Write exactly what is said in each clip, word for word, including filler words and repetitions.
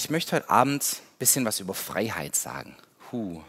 ich möchte heute Abend ein bisschen was über Freiheit sagen. Huh.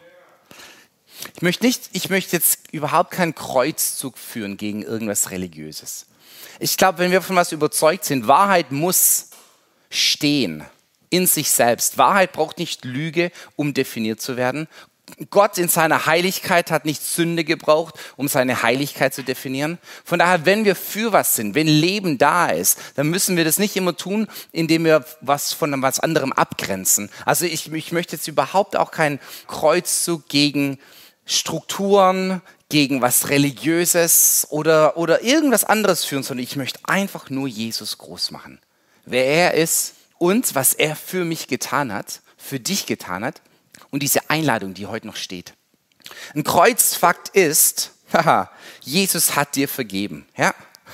Ich möchte nicht, ich möchte jetzt überhaupt keinen Kreuzzug führen gegen irgendwas Religiöses. Ich glaube, wenn wir von was überzeugt sind, Wahrheit muss stehen in sich selbst. Wahrheit braucht nicht Lüge, um definiert zu werden. Gott in seiner Heiligkeit hat nicht Sünde gebraucht, um seine Heiligkeit zu definieren. Von daher, wenn wir für was sind, wenn Leben da ist, dann müssen wir das nicht immer tun, indem wir was von was anderem abgrenzen. Also ich, ich möchte jetzt überhaupt auch keinen Kreuzzug gegen Strukturen, gegen was Religiöses oder, oder irgendwas anderes führen, sondern ich möchte einfach nur Jesus groß machen. Wer er ist und was er für mich getan hat, für dich getan hat. Und diese Einladung, die heute noch steht. Ein Kreuzfakt ist, haha, Jesus hat dir vergeben. Ja?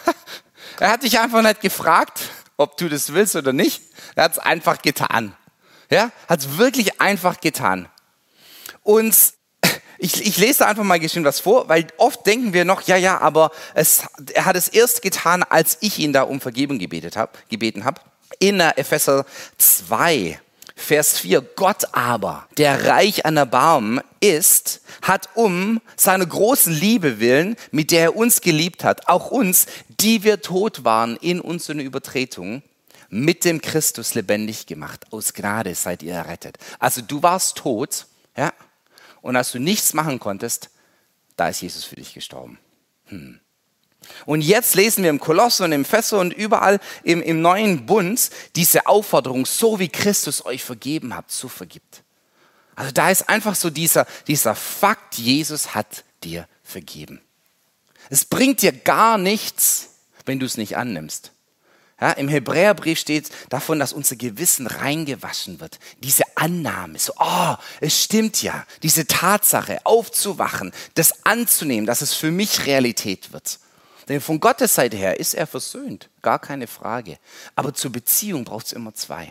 Er hat dich einfach nicht gefragt, ob du das willst oder nicht. Er hat es einfach getan. Ja? Hat es wirklich einfach getan. Und ich, ich lese da einfach mal geschwind was vor, weil oft denken wir noch, ja, ja, aber es, er hat es erst getan, als ich ihn da um Vergebung gebetet hab, gebeten habe. In Epheser zwei. Vers vier, Gott aber, der reich an Erbarmen ist, hat um seiner großen Liebe willen, mit der er uns geliebt hat, auch uns, die wir tot waren in unseren Übertretungen, mit dem Christus lebendig gemacht. Aus Gnade seid ihr errettet. Also du warst tot, ja, und als du nichts machen konntest, da ist Jesus für dich gestorben. Hm. Und jetzt lesen wir im Kolosser und im Epheser und überall im, im neuen Bund diese Aufforderung, so wie Christus euch vergeben habt, so vergibt. Also da ist einfach so dieser, dieser Fakt, Jesus hat dir vergeben. Es bringt dir gar nichts, wenn du es nicht annimmst. Ja, im Hebräerbrief steht davon, dass unser Gewissen reingewaschen wird. Diese Annahme, so, oh, es stimmt ja, diese Tatsache aufzuwachen, das anzunehmen, dass es für mich Realität wird. Denn von Gottes Seite her ist er versöhnt, gar keine Frage. Aber zur Beziehung braucht es immer zwei.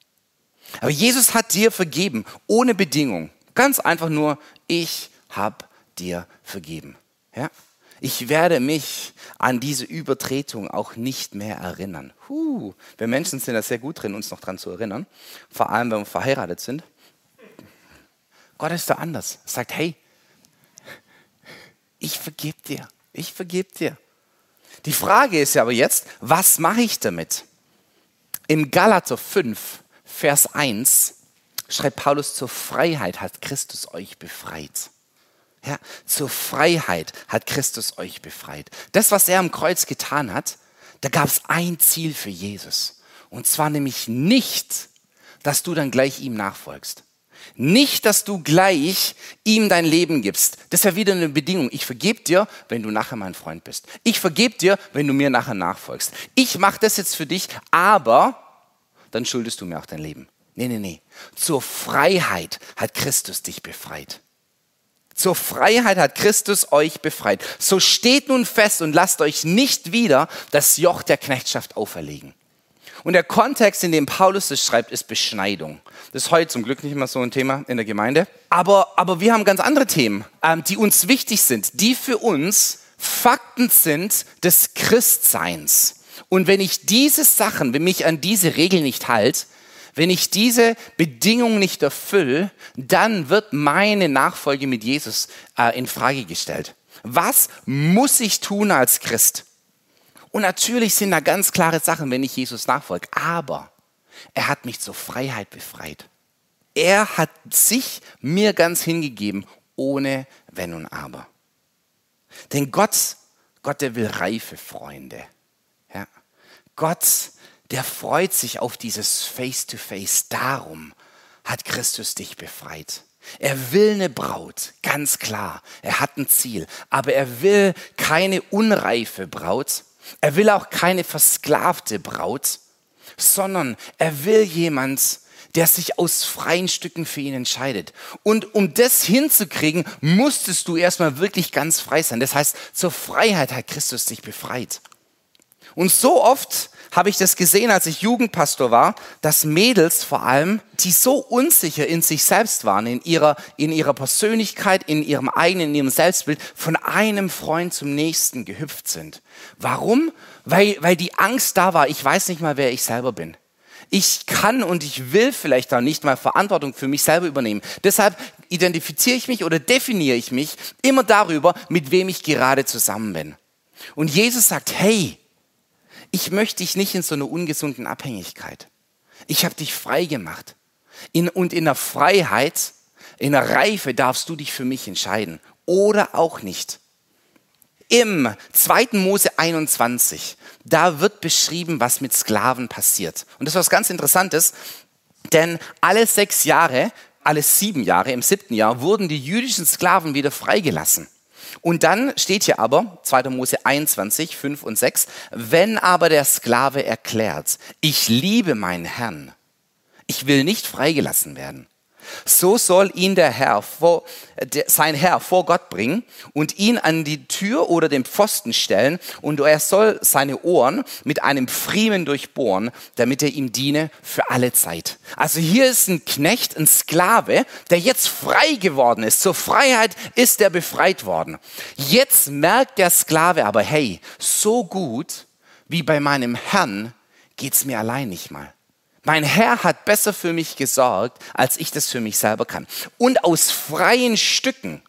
Aber Jesus hat dir vergeben, ohne Bedingung. Ganz einfach nur, ich habe dir vergeben. Ja? Ich werde mich an diese Übertretung auch nicht mehr erinnern. Huh. Wir Menschen sind da sehr gut drin, uns noch dran zu erinnern. Vor allem, wenn wir verheiratet sind. Gott ist da anders. Er sagt, hey, ich vergebe dir. Ich vergebe dir. Die Frage ist ja aber jetzt, was mache ich damit? Im Galater fünf, Vers eins schreibt Paulus, zur Freiheit hat Christus euch befreit. Ja, zur Freiheit hat Christus euch befreit. Das, was er am Kreuz getan hat, da gab es ein Ziel für Jesus. Und zwar nämlich nicht, dass du dann gleich ihm nachfolgst. Nicht, dass du gleich ihm dein Leben gibst. Das ist ja wieder eine Bedingung. Ich vergebe dir, wenn du nachher mein Freund bist. Ich vergebe dir, wenn du mir nachher nachfolgst. Ich mache das jetzt für dich, aber dann schuldest du mir auch dein Leben. Nee, nee, nee. Zur Freiheit hat Christus dich befreit. Zur Freiheit hat Christus euch befreit. So steht nun fest und lasst euch nicht wieder das Joch der Knechtschaft auferlegen. Und der Kontext, in dem Paulus das schreibt, ist Beschneidung. Das ist heute zum Glück nicht mehr so ein Thema in der Gemeinde. Aber, aber wir haben ganz andere Themen, ähm, die uns wichtig sind, die für uns Fakten sind des Christseins. Und wenn ich diese Sachen, wenn mich an diese Regeln nicht halte, wenn ich diese Bedingungen nicht erfülle, dann wird meine Nachfolge mit Jesus äh, in Frage gestellt. Was muss ich tun als Christ? Und natürlich sind da ganz klare Sachen, wenn ich Jesus nachfolge. Aber er hat mich zur Freiheit befreit. Er hat sich mir ganz hingegeben, ohne Wenn und Aber. Denn Gott, Gott, der will reife Freunde. Ja? Gott, der freut sich auf dieses Face-to-Face. Darum hat Christus dich befreit. Er will eine Braut, ganz klar. Er hat ein Ziel. Aber er will keine unreife Braut. Er will auch keine versklavte Braut, sondern er will jemand, der sich aus freien Stücken für ihn entscheidet. Und um das hinzukriegen, musstest du erstmal wirklich ganz frei sein. Das heißt, zur Freiheit hat Christus dich befreit. Und so oft habe ich das gesehen, als ich Jugendpastor war, dass Mädels vor allem, die so unsicher in sich selbst waren, in ihrer, in ihrer Persönlichkeit, in ihrem eigenen, in ihrem Selbstbild, von einem Freund zum nächsten gehüpft sind. Warum? Weil, weil die Angst da war, ich weiß nicht mal, wer ich selber bin. Ich kann und ich will vielleicht auch nicht mal Verantwortung für mich selber übernehmen. Deshalb identifiziere ich mich oder definiere ich mich immer darüber, mit wem ich gerade zusammen bin. Und Jesus sagt, hey, ich möchte dich nicht in so einer ungesunden Abhängigkeit. Ich habe dich frei gemacht. In, und in der Freiheit, in der Reife darfst du dich für mich entscheiden. Oder auch nicht. Im zweiten Mose einundzwanzig, da wird beschrieben, was mit Sklaven passiert. Und das ist was ganz Interessantes, denn alle sechs Jahre, alle sieben Jahre, im siebten Jahr, wurden die jüdischen Sklaven wieder freigelassen. Und dann steht hier aber, zweiter Mose einundzwanzig, fünf und sechs, wenn aber der Sklave erklärt, ich liebe meinen Herrn, ich will nicht freigelassen werden, so soll ihn der Herr vor, der, sein Herr vor Gott bringen und ihn an die Tür oder den Pfosten stellen und er soll seine Ohren mit einem Pfriemen durchbohren, damit er ihm diene für alle Zeit. Also hier ist ein Knecht, ein Sklave, der jetzt frei geworden ist. Zur Freiheit ist er befreit worden. Jetzt merkt der Sklave aber, hey, so gut wie bei meinem Herrn geht's mir allein nicht mal. Mein Herr hat besser für mich gesorgt, als ich das für mich selber kann. Und aus freien Stücken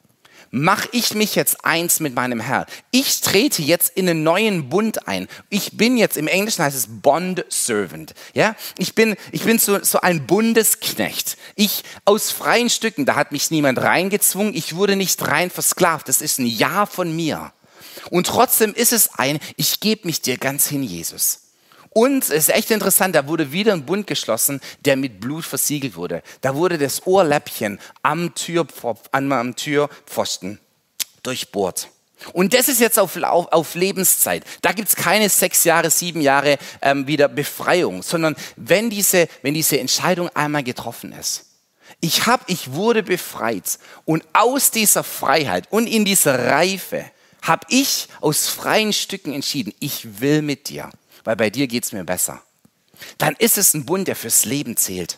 mache ich mich jetzt eins mit meinem Herr. Ich trete jetzt in einen neuen Bund ein. Ich bin jetzt, im Englischen heißt es Bond Servant. Ja? Ich bin, ich bin so, so ein Bundesknecht. Ich aus freien Stücken, da hat mich niemand reingezwungen. Ich wurde nicht rein versklavt. Das ist ein Ja von mir. Und trotzdem ist es ein, ich gebe mich dir ganz hin, Jesus. Und es ist echt interessant, da wurde wieder ein Bund geschlossen, der mit Blut versiegelt wurde. Da wurde das Ohrläppchen am, Türpf- am Türpfosten durchbohrt. Und das ist jetzt auf, auf, auf Lebenszeit. Da gibt's keine sechs Jahre, sieben Jahre ähm, wieder Befreiung, sondern wenn diese, wenn diese Entscheidung einmal getroffen ist. Ich, hab, ich wurde befreit und aus dieser Freiheit und in dieser Reife habe ich aus freien Stücken entschieden, ich will mit dir. Weil bei dir geht's mir besser. Dann ist es ein Bund, der fürs Leben zählt.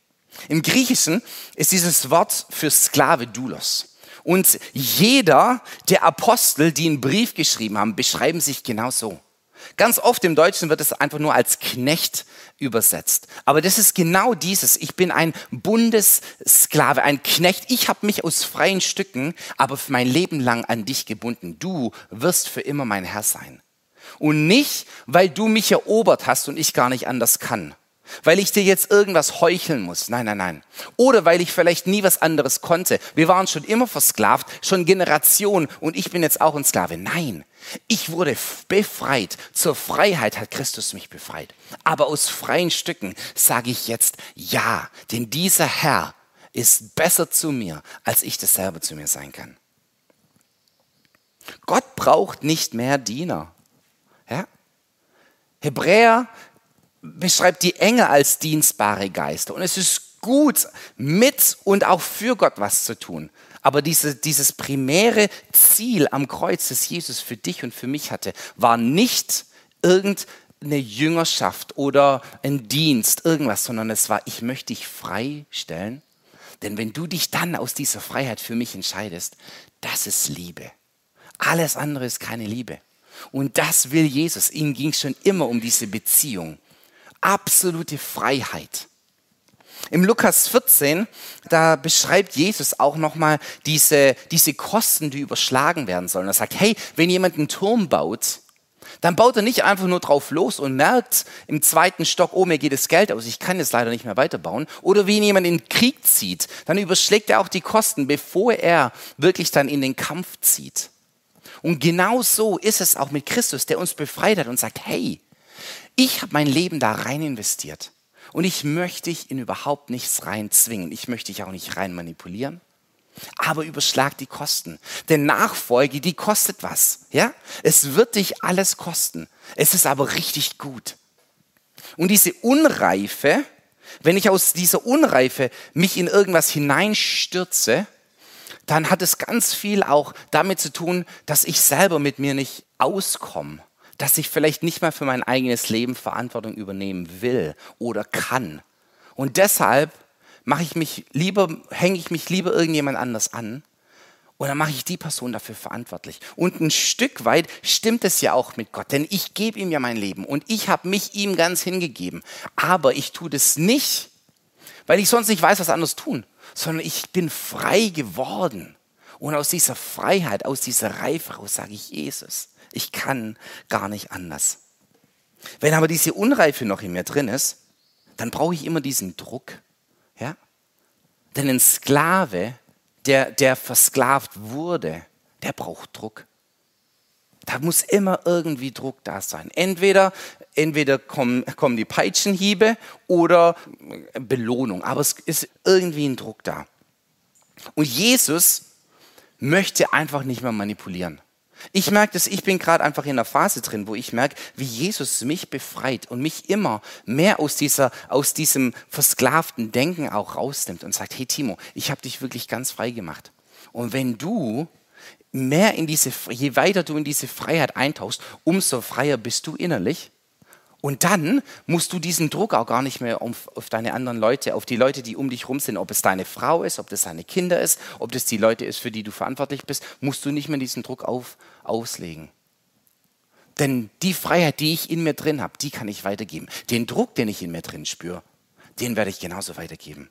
Im Griechischen ist dieses Wort für Sklave Doulos. Und jeder der Apostel, die einen Brief geschrieben haben, beschreiben sich genau so. Ganz oft im Deutschen wird es einfach nur als Knecht übersetzt. Aber das ist genau dieses. Ich bin ein Bundessklave, ein Knecht. Ich habe mich aus freien Stücken, aber für mein Leben lang an dich gebunden. Du wirst für immer mein Herr sein. Und nicht, weil du mich erobert hast und ich gar nicht anders kann. Weil ich dir jetzt irgendwas heucheln muss. Nein, nein, nein. Oder weil ich vielleicht nie was anderes konnte. Wir waren schon immer versklavt, schon Generationen und ich bin jetzt auch ein Sklave. Nein, ich wurde befreit. Zur Freiheit hat Christus mich befreit. Aber aus freien Stücken sage ich jetzt ja, denn dieser Herr ist besser zu mir, als ich das selber zu mir sein kann. Gott braucht nicht mehr Diener. Ja? Hebräer beschreibt die Engel als dienstbare Geister. Und es ist gut, mit und auch für Gott was zu tun. Aber diese, dieses primäre Ziel am Kreuz, das Jesus für dich und für mich hatte, war nicht irgendeine Jüngerschaft oder ein Dienst, irgendwas, sondern es war, ich möchte dich freistellen. Denn wenn du dich dann aus dieser Freiheit für mich entscheidest, das ist Liebe. Alles andere ist keine Liebe. Und das will Jesus. Ihm ging es schon immer um diese Beziehung. Absolute Freiheit. Im Lukas vierzehn, da beschreibt Jesus auch nochmal diese, diese Kosten, die überschlagen werden sollen. Er sagt, hey, wenn jemand einen Turm baut, dann baut er nicht einfach nur drauf los und merkt im zweiten Stock, oh, mir geht das Geld aus, ich kann jetzt leider nicht mehr weiterbauen. Oder wenn jemand in den Krieg zieht, dann überschlägt er auch die Kosten, bevor er wirklich dann in den Kampf zieht. Und genau so ist es auch mit Christus, der uns befreit hat und sagt, hey, ich habe mein Leben da rein investiert und ich möchte dich in überhaupt nichts rein zwingen. Ich möchte dich auch nicht rein manipulieren, aber überschlag die Kosten. Denn Nachfolge, die kostet was. Ja? Es wird dich alles kosten. Es ist aber richtig gut. Und diese Unreife, wenn ich aus dieser Unreife mich in irgendwas hineinstürze, dann hat es ganz viel auch damit zu tun, dass ich selber mit mir nicht auskomme. Dass ich vielleicht nicht mal für mein eigenes Leben Verantwortung übernehmen will oder kann. Und deshalb mache ich mich lieber, hänge ich mich lieber irgendjemand anders an Und dann mache ich die Person dafür verantwortlich. Und ein Stück weit stimmt es ja auch mit Gott, denn ich gebe ihm ja mein Leben und ich habe mich ihm ganz hingegeben. Aber ich tue das nicht, weil ich sonst nicht weiß, was anderes tun, sondern ich bin frei geworden. Und aus dieser Freiheit, aus dieser Reife raus sage ich, Jesus, ich kann gar nicht anders. Wenn aber diese Unreife noch in mir drin ist, dann brauche ich immer diesen Druck. Ja? Denn ein Sklave, der, der versklavt wurde, der braucht Druck. Da muss immer irgendwie Druck da sein. Entweder, entweder kommen, kommen die Peitschenhiebe oder Belohnung. Aber es ist irgendwie ein Druck da. Und Jesus möchte einfach nicht mehr manipulieren. Ich merke das, ich bin gerade einfach in einer Phase drin, wo ich merke, wie Jesus mich befreit und mich immer mehr aus, dieser, aus diesem versklavten Denken auch rausnimmt und sagt, hey Timo, ich habe dich wirklich ganz frei gemacht. Und wenn du mehr in diese, je weiter du in diese Freiheit eintauchst, umso freier bist du innerlich. Und dann musst du diesen Druck auch gar nicht mehr auf, auf deine anderen Leute, auf die Leute, die um dich rum sind, ob es deine Frau ist, ob das deine Kinder ist, ob das die Leute ist, für die du verantwortlich bist, musst du nicht mehr diesen Druck auf, auslegen. Denn die Freiheit, die ich in mir drin habe, die kann ich weitergeben. Den Druck, den ich in mir drin spüre, den werde ich genauso weitergeben.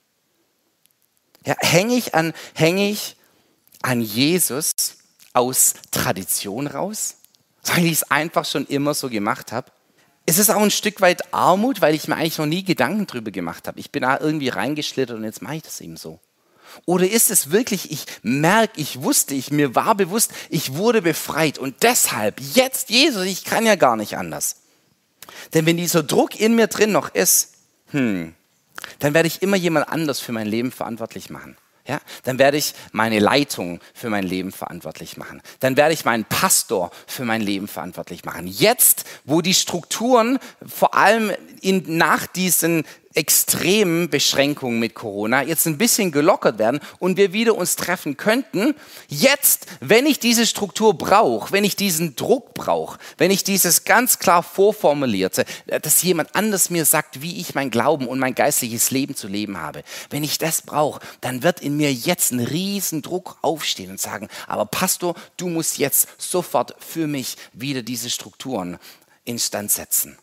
Ja, hänge ich an, hänge ich an Jesus aus Tradition raus, weil ich es einfach schon immer so gemacht habe? Es ist auch ein Stück weit Armut, weil ich mir eigentlich noch nie Gedanken drüber gemacht habe. Ich bin da irgendwie reingeschlittert und jetzt mache ich das eben so. Oder ist es wirklich, ich merke, ich wusste, ich mir war bewusst, ich wurde befreit und deshalb, jetzt Jesus, ich kann ja gar nicht anders. Denn wenn dieser Druck in mir drin noch ist, hm, dann werde ich immer jemand anders für mein Leben verantwortlich machen. Ja, dann werde ich meine Leitung für mein Leben verantwortlich machen. Dann werde ich meinen Pastor für mein Leben verantwortlich machen. Jetzt, wo die Strukturen vor allem in, nach diesen extremen Beschränkungen mit Corona jetzt ein bisschen gelockert werden und wir wieder uns treffen könnten, jetzt, wenn ich diese Struktur brauche, wenn ich diesen Druck brauche, wenn ich dieses ganz klar vorformulierte, dass jemand anders mir sagt, wie ich mein Glauben und mein geistliches Leben zu leben habe, wenn ich das brauche, dann wird in mir jetzt ein riesen Druck aufstehen und sagen, aber Pastor, du musst jetzt sofort für mich wieder diese Strukturen instand setzen.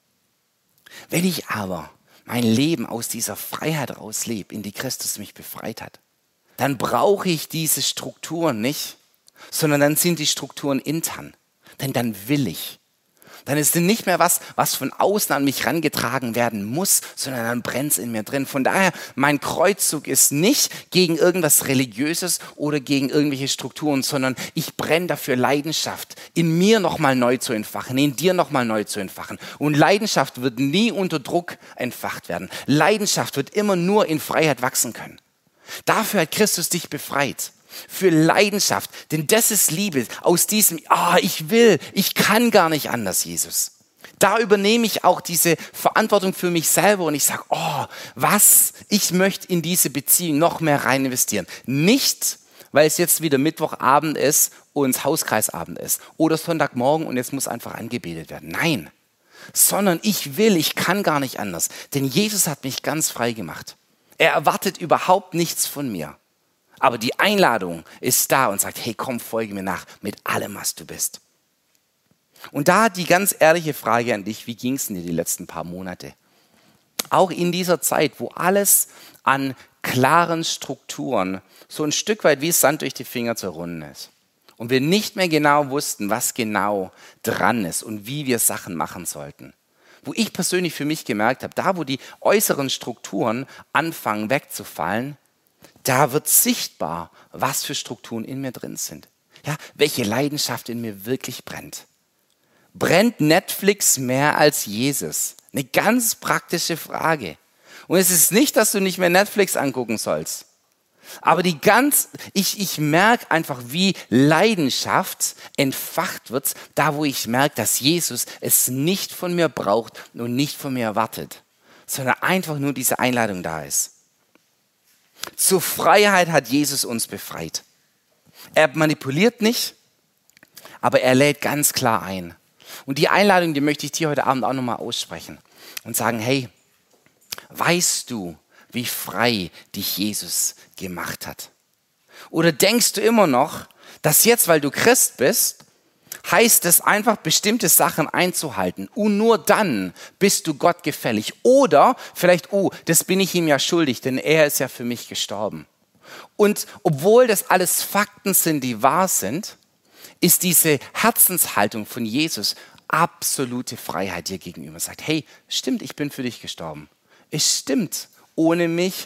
Wenn ich aber mein Leben aus dieser Freiheit rauslebe, in die Christus mich befreit hat, dann brauche ich diese Strukturen nicht, sondern dann sind die Strukturen intern. Denn dann will ich. Dann ist es nicht mehr was, was von außen an mich herangetragen werden muss, sondern dann brennt es in mir drin. Von daher, mein Kreuzzug ist nicht gegen irgendwas Religiöses oder gegen irgendwelche Strukturen, sondern ich brenne dafür, Leidenschaft in mir nochmal neu zu entfachen, in dir nochmal neu zu entfachen. Und Leidenschaft wird nie unter Druck entfacht werden. Leidenschaft wird immer nur in Freiheit wachsen können. Dafür hat Christus dich befreit. Für Leidenschaft, denn das ist Liebe, aus diesem, ah, ich will, ich kann gar nicht anders, Jesus. Da übernehme ich auch diese Verantwortung für mich selber und ich sage, oh, was, ich möchte in diese Beziehung noch mehr rein investieren. Nicht, weil es jetzt wieder Mittwochabend ist und Hauskreisabend ist oder Sonntagmorgen und jetzt muss einfach angebetet werden. Nein, sondern ich will, ich kann gar nicht anders, denn Jesus hat mich ganz frei gemacht. Er erwartet überhaupt nichts von mir. Aber die Einladung ist da und sagt, hey, komm, folge mir nach mit allem, was du bist. Und da die ganz ehrliche Frage an dich, wie ging es dir die letzten paar Monate? Auch in dieser Zeit, wo alles an klaren Strukturen so ein Stück weit wie Sand durch die Finger zerrunnen ist. Und wir nicht mehr genau wussten, was genau dran ist und wie wir Sachen machen sollten. Wo ich persönlich für mich gemerkt habe, da wo die äußeren Strukturen anfangen wegzufallen, da wird sichtbar, was für Strukturen in mir drin sind. Ja, welche Leidenschaft in mir wirklich brennt. Brennt Netflix mehr als Jesus? Eine ganz praktische Frage. Und es ist nicht, dass du nicht mehr Netflix angucken sollst. Aber die ganz, ich, ich merke einfach, wie Leidenschaft entfacht wird, da wo ich merke, dass Jesus es nicht von mir braucht und nicht von mir erwartet, sondern einfach nur diese Einladung da ist. Zur Freiheit hat Jesus uns befreit. Er manipuliert nicht, aber er lädt ganz klar ein. Und die Einladung, die möchte ich dir heute Abend auch nochmal aussprechen und sagen, hey, weißt du, wie frei dich Jesus gemacht hat? Oder denkst du immer noch, dass jetzt, weil du Christ bist, heißt es einfach, bestimmte Sachen einzuhalten. Und nur dann bist du Gott gefällig. Oder vielleicht, oh, das bin ich ihm ja schuldig, denn er ist ja für mich gestorben. Und obwohl das alles Fakten sind, die wahr sind, ist diese Herzenshaltung von Jesus absolute Freiheit dir gegenüber. Sagt, hey, stimmt, ich bin für dich gestorben. Es stimmt, ohne mich,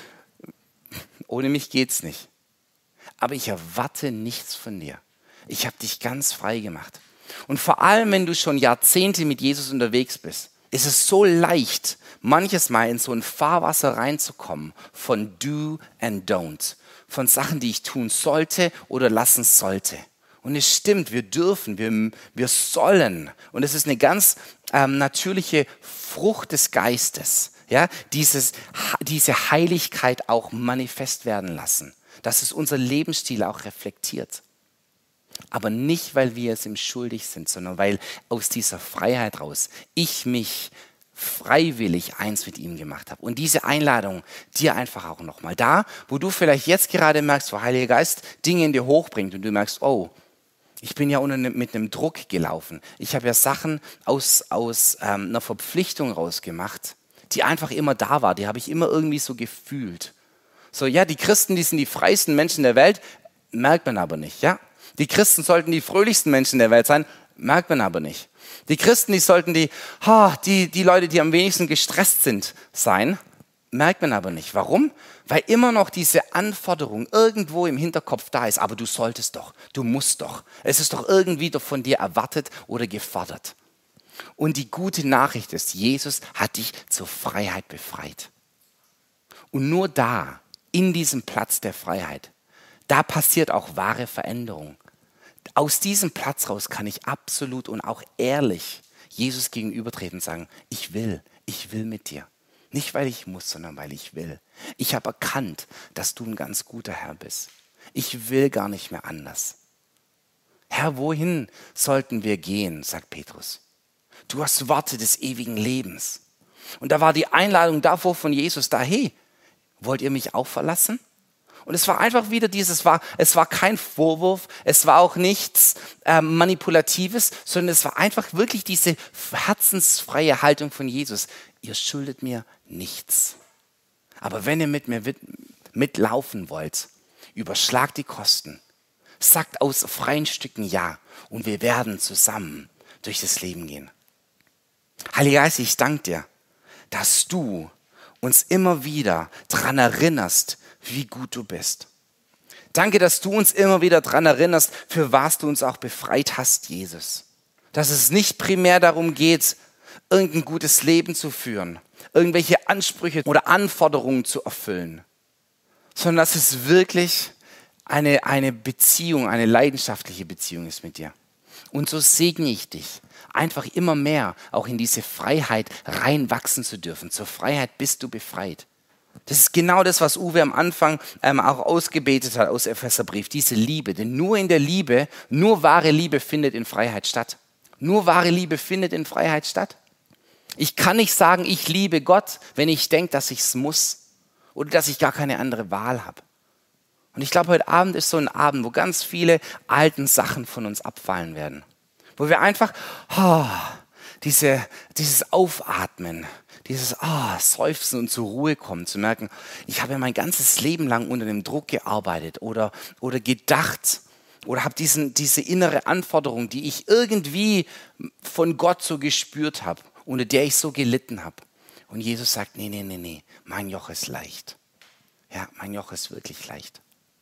ohne mich geht's nicht. Aber ich erwarte nichts von dir. Ich habe dich ganz frei gemacht. Und vor allem, wenn du schon Jahrzehnte mit Jesus unterwegs bist, ist es so leicht, manches Mal in so ein Fahrwasser reinzukommen von Do and Don't, von Sachen, die ich tun sollte oder lassen sollte. Und es stimmt, wir dürfen, wir, wir sollen. Und es ist eine ganz ähm, natürliche Frucht des Geistes, ja, dieses, diese Heiligkeit auch manifest werden lassen, dass es unser Lebensstil auch reflektiert. Aber nicht, weil wir es ihm schuldig sind, sondern weil aus dieser Freiheit raus ich mich freiwillig eins mit ihm gemacht habe. Und diese Einladung dir einfach auch nochmal da, wo du vielleicht jetzt gerade merkst, wo Heiliger Geist Dinge in dir hochbringt und du merkst, oh, ich bin ja unter, mit einem Druck gelaufen. Ich habe ja Sachen aus, aus ähm, einer Verpflichtung rausgemacht, die einfach immer da war. Die habe ich immer irgendwie so gefühlt. So, ja, die Christen, die sind die freiesten Menschen der Welt, merkt man aber nicht, ja. Die Christen sollten die fröhlichsten Menschen der Welt sein, merkt man aber nicht. Die Christen, die sollten die, oh, die, die Leute, die am wenigsten gestresst sind, sein, merkt man aber nicht. Warum? Weil immer noch diese Anforderung irgendwo im Hinterkopf da ist. Aber du solltest doch, du musst doch. Es ist doch irgendwie doch von dir erwartet oder gefordert. Und die gute Nachricht ist, Jesus hat dich zur Freiheit befreit. Und nur da, in diesem Platz der Freiheit, da passiert auch wahre Veränderung. Aus diesem Platz raus kann ich absolut und auch ehrlich Jesus gegenübertreten und sagen, ich will, ich will mit dir. Nicht, weil ich muss, sondern weil ich will. Ich habe erkannt, dass du ein ganz guter Herr bist. Ich will gar nicht mehr anders. Herr, wohin sollten wir gehen, sagt Petrus. Du hast Worte des ewigen Lebens. Und da war die Einladung davor von Jesus da, hey, wollt ihr mich auch verlassen? Und es war einfach wieder dieses, war, es war kein Vorwurf, es war auch nichts äh, Manipulatives, sondern es war einfach wirklich diese herzensfreie Haltung von Jesus. Ihr schuldet mir nichts. Aber wenn ihr mit mir mit, mitlaufen wollt, überschlagt die Kosten, sagt aus freien Stücken Ja und wir werden zusammen durch das Leben gehen. Heiliger Geist, ich danke dir, dass du uns immer wieder daran erinnerst, wie gut du bist. Danke, dass du uns immer wieder daran erinnerst, für was du uns auch befreit hast, Jesus. Dass es nicht primär darum geht, irgendein gutes Leben zu führen, irgendwelche Ansprüche oder Anforderungen zu erfüllen, sondern dass es wirklich eine, eine Beziehung, eine leidenschaftliche Beziehung ist mit dir. Und so segne ich dich, einfach immer mehr auch in diese Freiheit reinwachsen zu dürfen. Zur Freiheit bist du befreit. Das ist genau das, was Uwe am Anfang ähm, auch ausgebetet hat aus Epheserbrief, diese Liebe. Denn nur in der Liebe, nur wahre Liebe findet in Freiheit statt. Nur wahre Liebe findet in Freiheit statt. Ich kann nicht sagen, ich liebe Gott, wenn ich denke, dass ich es muss oder dass ich gar keine andere Wahl habe. Und ich glaube, heute Abend ist so ein Abend, wo ganz viele alten Sachen von uns abfallen werden. Wo wir einfach oh, diese, dieses Aufatmen, dieses oh, Seufzen und zur Ruhe kommen, zu merken, ich habe ja mein ganzes Leben lang unter dem Druck gearbeitet oder, oder gedacht oder habe diesen, diese innere Anforderung, die ich irgendwie von Gott so gespürt habe, unter der ich so gelitten habe. Und Jesus sagt, nee, nee, nee, nee, mein Joch ist leicht. Ja, mein Joch ist wirklich leicht.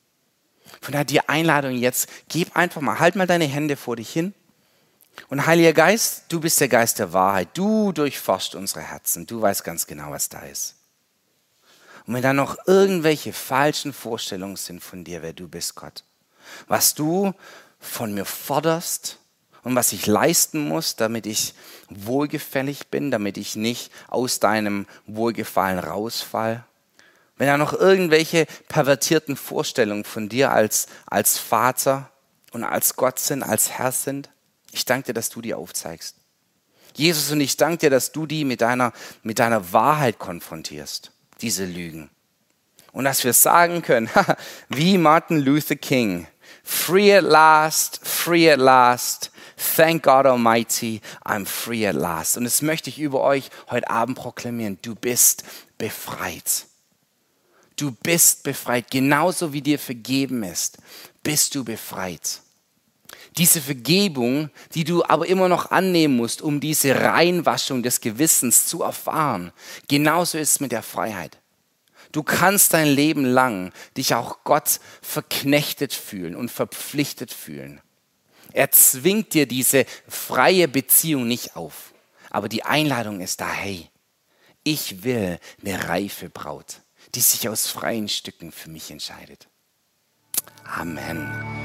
Von daher die Einladung jetzt, gib einfach mal, halt mal deine Hände vor dich hin. Und Heiliger Geist, du bist der Geist der Wahrheit. Du durchforscht unsere Herzen. Du weißt ganz genau, was da ist. Und wenn da noch irgendwelche falschen Vorstellungen sind von dir, wer du bist, Gott, was du von mir forderst und was ich leisten muss, damit ich wohlgefällig bin, damit ich nicht aus deinem Wohlgefallen rausfall, wenn da noch irgendwelche pervertierten Vorstellungen von dir als, als Vater und als Gott sind, als Herr sind, ich danke dir, dass du die aufzeigst. Jesus, und ich danke dir, dass du die mit deiner, mit deiner Wahrheit konfrontierst, diese Lügen. Und dass wir sagen können, wie Martin Luther King, free at last, free at last, thank God Almighty, I'm free at last. Und das möchte ich über euch heute Abend proklamieren. Du bist befreit. Du bist befreit. Genauso wie dir vergeben ist, bist du befreit. Diese Vergebung, die du aber immer noch annehmen musst, um diese Reinwaschung des Gewissens zu erfahren, genauso ist es mit der Freiheit. Du kannst dein Leben lang dich auch Gott verknechtet fühlen und verpflichtet fühlen. Er zwingt dir diese freie Beziehung nicht auf. Aber die Einladung ist da, hey, ich will eine reife Braut, die sich aus freien Stücken für mich entscheidet. Amen.